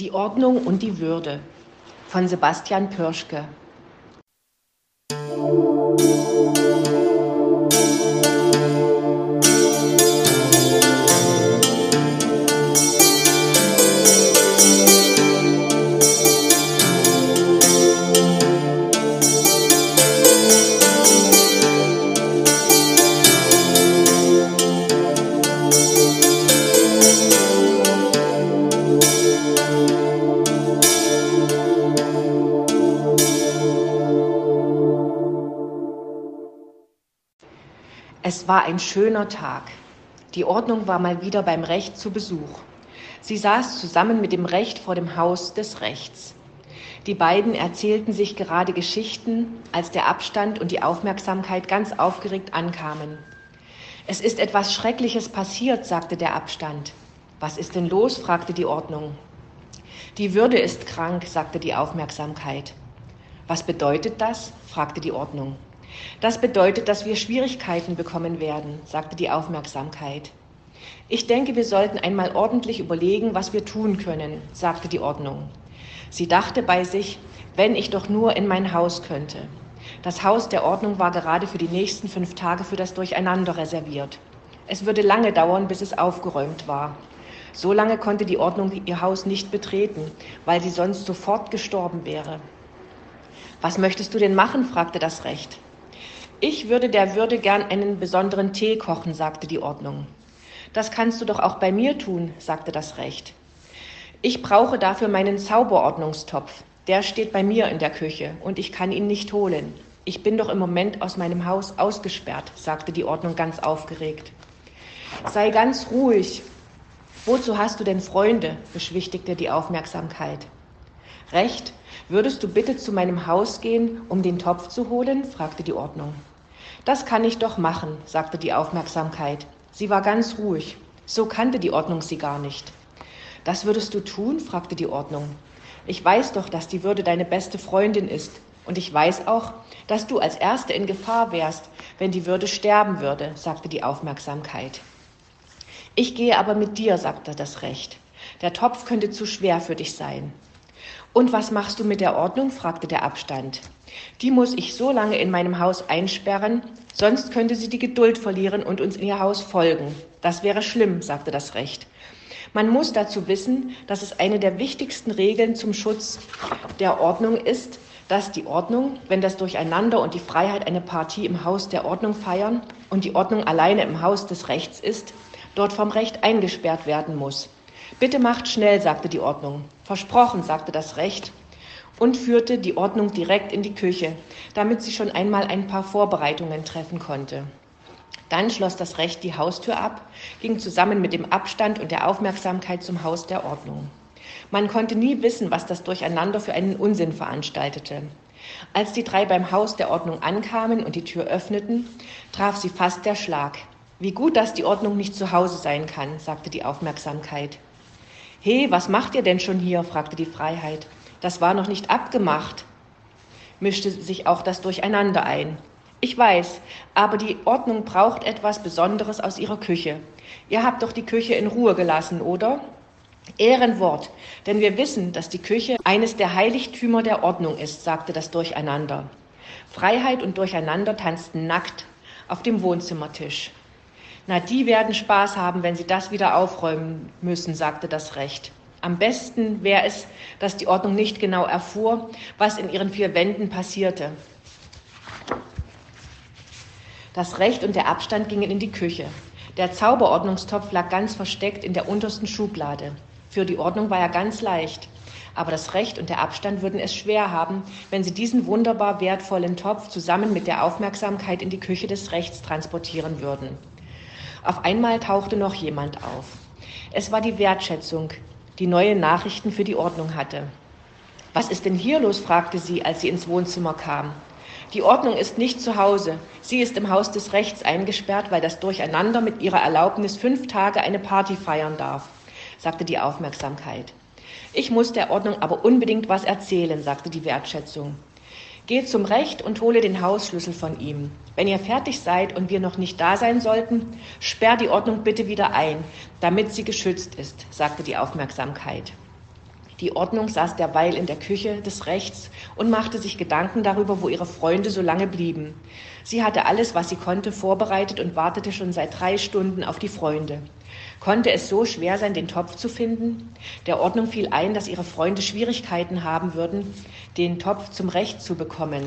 Die Ordnung und die Würde von Sebastian Pirschke. Es war ein schöner Tag. Die Ordnung war mal wieder beim Recht zu Besuch. Sie saß zusammen mit dem Recht vor dem Haus des Rechts. Die beiden erzählten sich gerade Geschichten, als der Abstand und die Aufmerksamkeit ganz aufgeregt ankamen. »Es ist etwas Schreckliches passiert«, sagte der Abstand. »Was ist denn los?«, fragte die Ordnung. »Die Würde ist krank«, sagte die Aufmerksamkeit. »Was bedeutet das?«, fragte die Ordnung. »Das bedeutet, dass wir Schwierigkeiten bekommen werden«, sagte die Aufmerksamkeit. »Ich denke, wir sollten einmal ordentlich überlegen, was wir tun können«, sagte die Ordnung. Sie dachte bei sich, wenn ich doch nur in mein Haus könnte. Das Haus der Ordnung war gerade für die nächsten 5 Tage für das Durcheinander reserviert. Es würde lange dauern, bis es aufgeräumt war. So lange konnte die Ordnung ihr Haus nicht betreten, weil sie sonst sofort gestorben wäre. »Was möchtest du denn machen?«, fragte das Recht. »Ich würde der Würde gern einen besonderen Tee kochen«, sagte die Ordnung. »Das kannst du doch auch bei mir tun«, sagte das Recht. »Ich brauche dafür meinen Zauberordnungstopf. Der steht bei mir in der Küche und ich kann ihn nicht holen. Ich bin doch im Moment aus meinem Haus ausgesperrt«, sagte die Ordnung ganz aufgeregt. »Sei ganz ruhig. Wozu hast du denn Freunde?«, beschwichtigte die Aufmerksamkeit. »Recht, würdest du bitte zu meinem Haus gehen, um den Topf zu holen?«, fragte die Ordnung. »Das kann ich doch machen«, sagte die Aufmerksamkeit. Sie war ganz ruhig. So kannte die Ordnung sie gar nicht. »Das würdest du tun?«, fragte die Ordnung. »Ich weiß doch, dass die Würde deine beste Freundin ist. Und ich weiß auch, dass du als Erste in Gefahr wärst, wenn die Würde sterben würde«, sagte die Aufmerksamkeit. »Ich gehe aber mit dir«, sagte das Recht. »Der Topf könnte zu schwer für dich sein.« »Und was machst du mit der Ordnung?«, fragte der Abstand. »Die muss ich so lange in meinem Haus einsperren, sonst könnte sie die Geduld verlieren und uns in ihr Haus folgen. Das wäre schlimm«, sagte das Recht. »Man muss dazu wissen, dass es eine der wichtigsten Regeln zum Schutz der Ordnung ist, dass die Ordnung, wenn das Durcheinander und die Freiheit eine Partie im Haus der Ordnung feiern und die Ordnung alleine im Haus des Rechts ist, dort vom Recht eingesperrt werden muss. »Bitte macht schnell«, sagte die Ordnung. »Versprochen«, sagte das Recht und führte die Ordnung direkt in die Küche, damit sie schon einmal ein paar Vorbereitungen treffen konnte. Dann schloss das Recht die Haustür ab, ging zusammen mit dem Abstand und der Aufmerksamkeit zum Haus der Ordnung. Man konnte nie wissen, was das Durcheinander für einen Unsinn veranstaltete. Als die 3 beim Haus der Ordnung ankamen und die Tür öffneten, traf sie fast der Schlag. »Wie gut, dass die Ordnung nicht zu Hause sein kann«, sagte die Aufmerksamkeit. »He, was macht ihr denn schon hier?«, fragte die Freiheit. »Das war noch nicht abgemacht«, mischte sich auch das Durcheinander ein. »Ich weiß, aber die Ordnung braucht etwas Besonderes aus ihrer Küche. Ihr habt doch die Küche in Ruhe gelassen, oder?« »Ehrenwort, denn wir wissen, dass die Küche eines der Heiligtümer der Ordnung ist«, sagte das Durcheinander. Freiheit und Durcheinander tanzten nackt auf dem Wohnzimmertisch. »Na, die werden Spaß haben, wenn sie das wieder aufräumen müssen«, sagte das Recht. »Am besten wäre es, dass die Ordnung nicht genau erfuhr, was in ihren 4 Wänden passierte.« Das Recht und der Abstand gingen in die Küche. Der Zauberordnungstopf lag ganz versteckt in der untersten Schublade. Für die Ordnung war er ganz leicht. Aber das Recht und der Abstand würden es schwer haben, wenn sie diesen wunderbar wertvollen Topf zusammen mit der Aufmerksamkeit in die Küche des Rechts transportieren würden. Auf einmal tauchte noch jemand auf. Es war die Wertschätzung, die neue Nachrichten für die Ordnung hatte. »Was ist denn hier los?«, fragte sie, als sie ins Wohnzimmer kam. »Die Ordnung ist nicht zu Hause. Sie ist im Haus des Rechts eingesperrt, weil das Durcheinander mit ihrer Erlaubnis 5 Tage eine Party feiern darf«, sagte die Aufmerksamkeit. »Ich muss der Ordnung aber unbedingt was erzählen«, sagte die Wertschätzung. »Geht zum Recht und hole den Hausschlüssel von ihm. Wenn ihr fertig seid und wir noch nicht da sein sollten, sperrt die Ordnung bitte wieder ein, damit sie geschützt ist«, sagte die Aufmerksamkeit. Die Ordnung saß derweil in der Küche des Rechts und machte sich Gedanken darüber, wo ihre Freunde so lange blieben. Sie hatte alles, was sie konnte, vorbereitet und wartete schon seit 3 Stunden auf die Freunde. Konnte es so schwer sein, den Topf zu finden? Der Ordnung fiel ein, dass ihre Freunde Schwierigkeiten haben würden, den Topf zum Recht zu bekommen.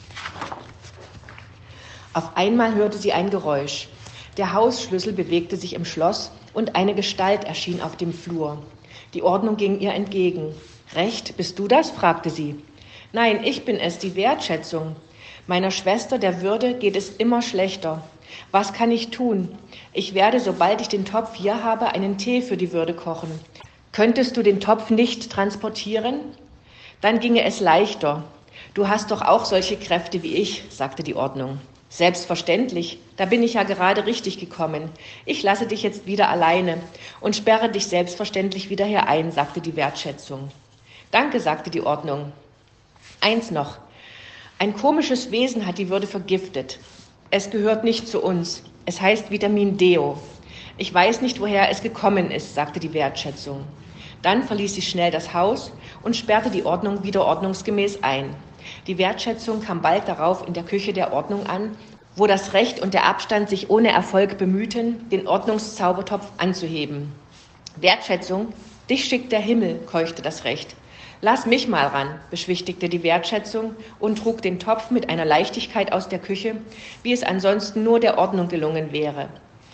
Auf einmal hörte sie ein Geräusch. Der Hausschlüssel bewegte sich im Schloss und eine Gestalt erschien auf dem Flur. Die Ordnung ging ihr entgegen. »Recht, bist du das?« fragte sie. »Nein, ich bin es, die Wertschätzung. Meiner Schwester, der Würde, geht es immer schlechter. Was kann ich tun? Ich werde, sobald ich den Topf hier habe, einen Tee für die Würde kochen. Könntest du den Topf nicht transportieren? Dann ginge es leichter. Du hast doch auch solche Kräfte wie ich«, sagte die Ordnung. »Selbstverständlich, da bin ich ja gerade richtig gekommen. Ich lasse dich jetzt wieder alleine und sperre dich selbstverständlich wieder hier ein«, sagte die Wertschätzung. »Danke«, sagte die Ordnung. »Eins noch. Ein komisches Wesen hat die Würde vergiftet. Es gehört nicht zu uns. Es heißt Vitamin Deo. Ich weiß nicht, woher es gekommen ist«, sagte die Wertschätzung. Dann verließ sie schnell das Haus und sperrte die Ordnung wieder ordnungsgemäß ein. Die Wertschätzung kam bald darauf in der Küche der Ordnung an, wo das Recht und der Abstand sich ohne Erfolg bemühten, den Ordnungszaubertopf anzuheben. »Wertschätzung, dich schickt der Himmel«, keuchte das Recht. »Lass mich mal ran«, beschwichtigte die Wertschätzung und trug den Topf mit einer Leichtigkeit aus der Küche, wie es ansonsten nur der Ordnung gelungen wäre.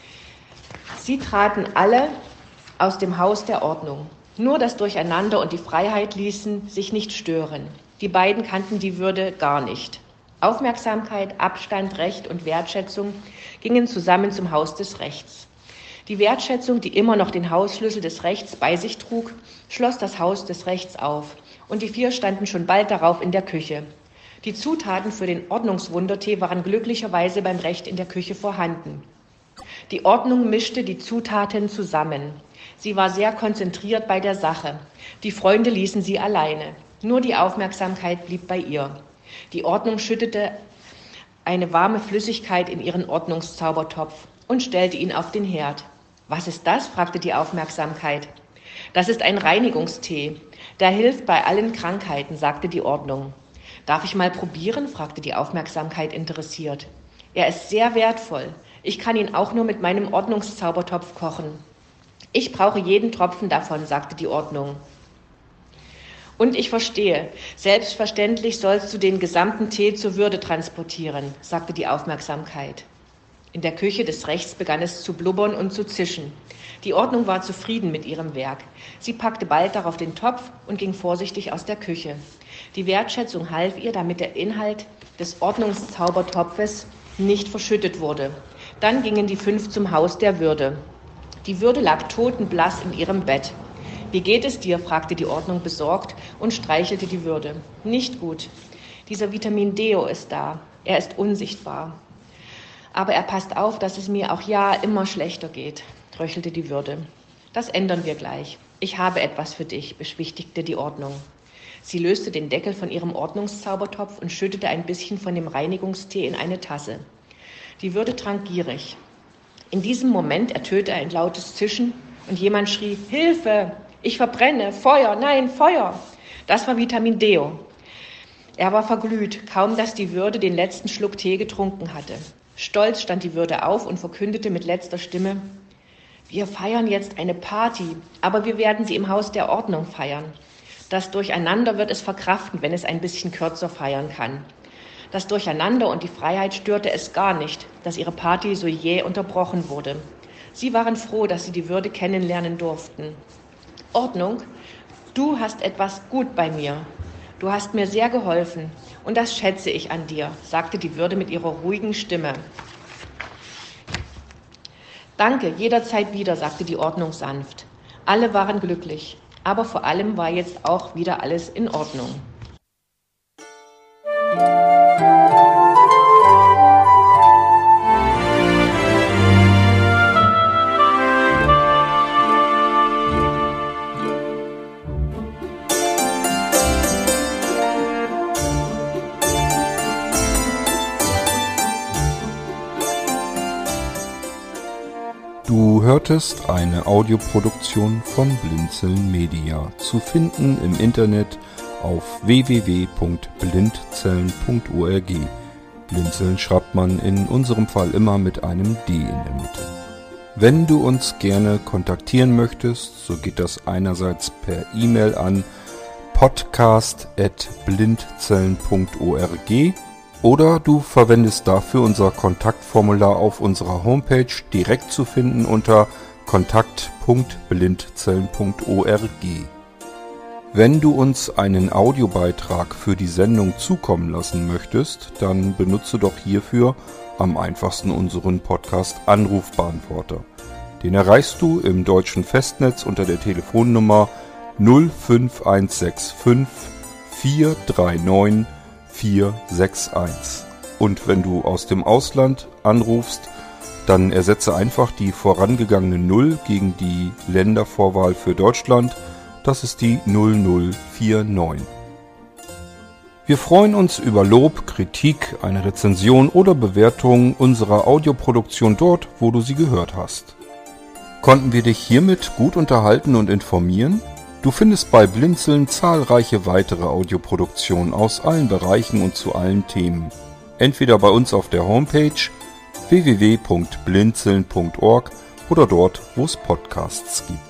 Sie traten alle aus dem Haus der Ordnung. Nur das Durcheinander und die Freiheit ließen sich nicht stören. Die beiden kannten die Würde gar nicht. Aufmerksamkeit, Abstand, Recht und Wertschätzung gingen zusammen zum Haus des Rechts. Die Wertschätzung, die immer noch den Hausschlüssel des Rechts bei sich trug, schloss das Haus des Rechts auf und die 4 standen schon bald darauf in der Küche. Die Zutaten für den Ordnungswundertee waren glücklicherweise beim Recht in der Küche vorhanden. Die Ordnung mischte die Zutaten zusammen. Sie war sehr konzentriert bei der Sache. Die Freunde ließen sie alleine. Nur die Aufmerksamkeit blieb bei ihr. Die Ordnung schüttete eine warme Flüssigkeit in ihren Ordnungszaubertopf und stellte ihn auf den Herd. »Was ist das?« fragte die Aufmerksamkeit. »Das ist ein Reinigungstee. Der hilft bei allen Krankheiten«, sagte die Ordnung. »Darf ich mal probieren?« fragte die Aufmerksamkeit interessiert. »Er ist sehr wertvoll. Ich kann ihn auch nur mit meinem Ordnungszaubertopf kochen.« »Ich brauche jeden Tropfen davon«, sagte die Ordnung. »Und ich verstehe. Selbstverständlich sollst du den gesamten Tee zur Würde transportieren«, sagte die Aufmerksamkeit. In der Küche des Rechts begann es zu blubbern und zu zischen. Die Ordnung war zufrieden mit ihrem Werk. Sie packte bald darauf den Topf und ging vorsichtig aus der Küche. Die Wertschätzung half ihr, damit der Inhalt des Ordnungszaubertopfes nicht verschüttet wurde. Dann gingen die 5 zum Haus der Würde. Die Würde lag totenblass in ihrem Bett. »Wie geht es dir?« fragte die Ordnung besorgt und streichelte die Würde. »Nicht gut. Dieser Vitamin Deo ist da. Er ist unsichtbar. Aber er passt auf, dass es mir auch ja immer schlechter geht«, röchelte die Würde. »Das ändern wir gleich. Ich habe etwas für dich«, beschwichtigte die Ordnung. Sie löste den Deckel von ihrem Ordnungszaubertopf und schüttete ein bisschen von dem Reinigungstee in eine Tasse. Die Würde trank gierig. In diesem Moment ertönte ein lautes Zischen und jemand schrie: »Hilfe! Ich verbrenne! Feuer! Nein, Feuer!« Das war Vitamin Deo. Er war verglüht, kaum dass die Würde den letzten Schluck Tee getrunken hatte. Stolz stand die Würde auf und verkündete mit letzter Stimme: »Wir feiern jetzt eine Party, aber wir werden sie im Haus der Ordnung feiern. Das Durcheinander wird es verkraften, wenn es ein bisschen kürzer feiern kann.« Das Durcheinander und die Freiheit störte es gar nicht, dass ihre Party so jäh unterbrochen wurde. Sie waren froh, dass sie die Würde kennenlernen durften. »Ordnung, du hast etwas gut bei mir. Du hast mir sehr geholfen und das schätze ich an dir«, sagte die Würde mit ihrer ruhigen Stimme. »Danke, jederzeit wieder«, sagte die Ordnung sanft. Alle waren glücklich, aber vor allem war jetzt auch wieder alles in Ordnung. Du Du hörtest eine Audioproduktion von Blinzeln Media, zu finden im Internet auf www.blindzellen.org. Blinzeln schreibt man in unserem Fall immer mit einem D in der Mitte. Wenn du uns gerne kontaktieren möchtest, so geht das einerseits per E-Mail an podcast@blindzellen.org oder du verwendest dafür unser Kontaktformular auf unserer Homepage, direkt zu finden unter kontakt.blindzellen.org. Wenn du uns einen Audiobeitrag für die Sendung zukommen lassen möchtest, dann benutze doch hierfür am einfachsten unseren Podcast Anrufbeantworter. Den erreichst du im deutschen Festnetz unter der Telefonnummer 05165 439 461. Und wenn du aus dem Ausland anrufst, dann ersetze einfach die vorangegangene 0 gegen die Ländervorwahl für Deutschland. Das ist die 0049. Wir freuen uns über Lob, Kritik, eine Rezension oder Bewertung unserer Audioproduktion dort, wo du sie gehört hast. Konnten wir dich hiermit gut unterhalten und informieren? Du findest bei Blinzeln zahlreiche weitere Audioproduktionen aus allen Bereichen und zu allen Themen. Entweder bei uns auf der Homepage www.blinzeln.org oder dort, wo es Podcasts gibt.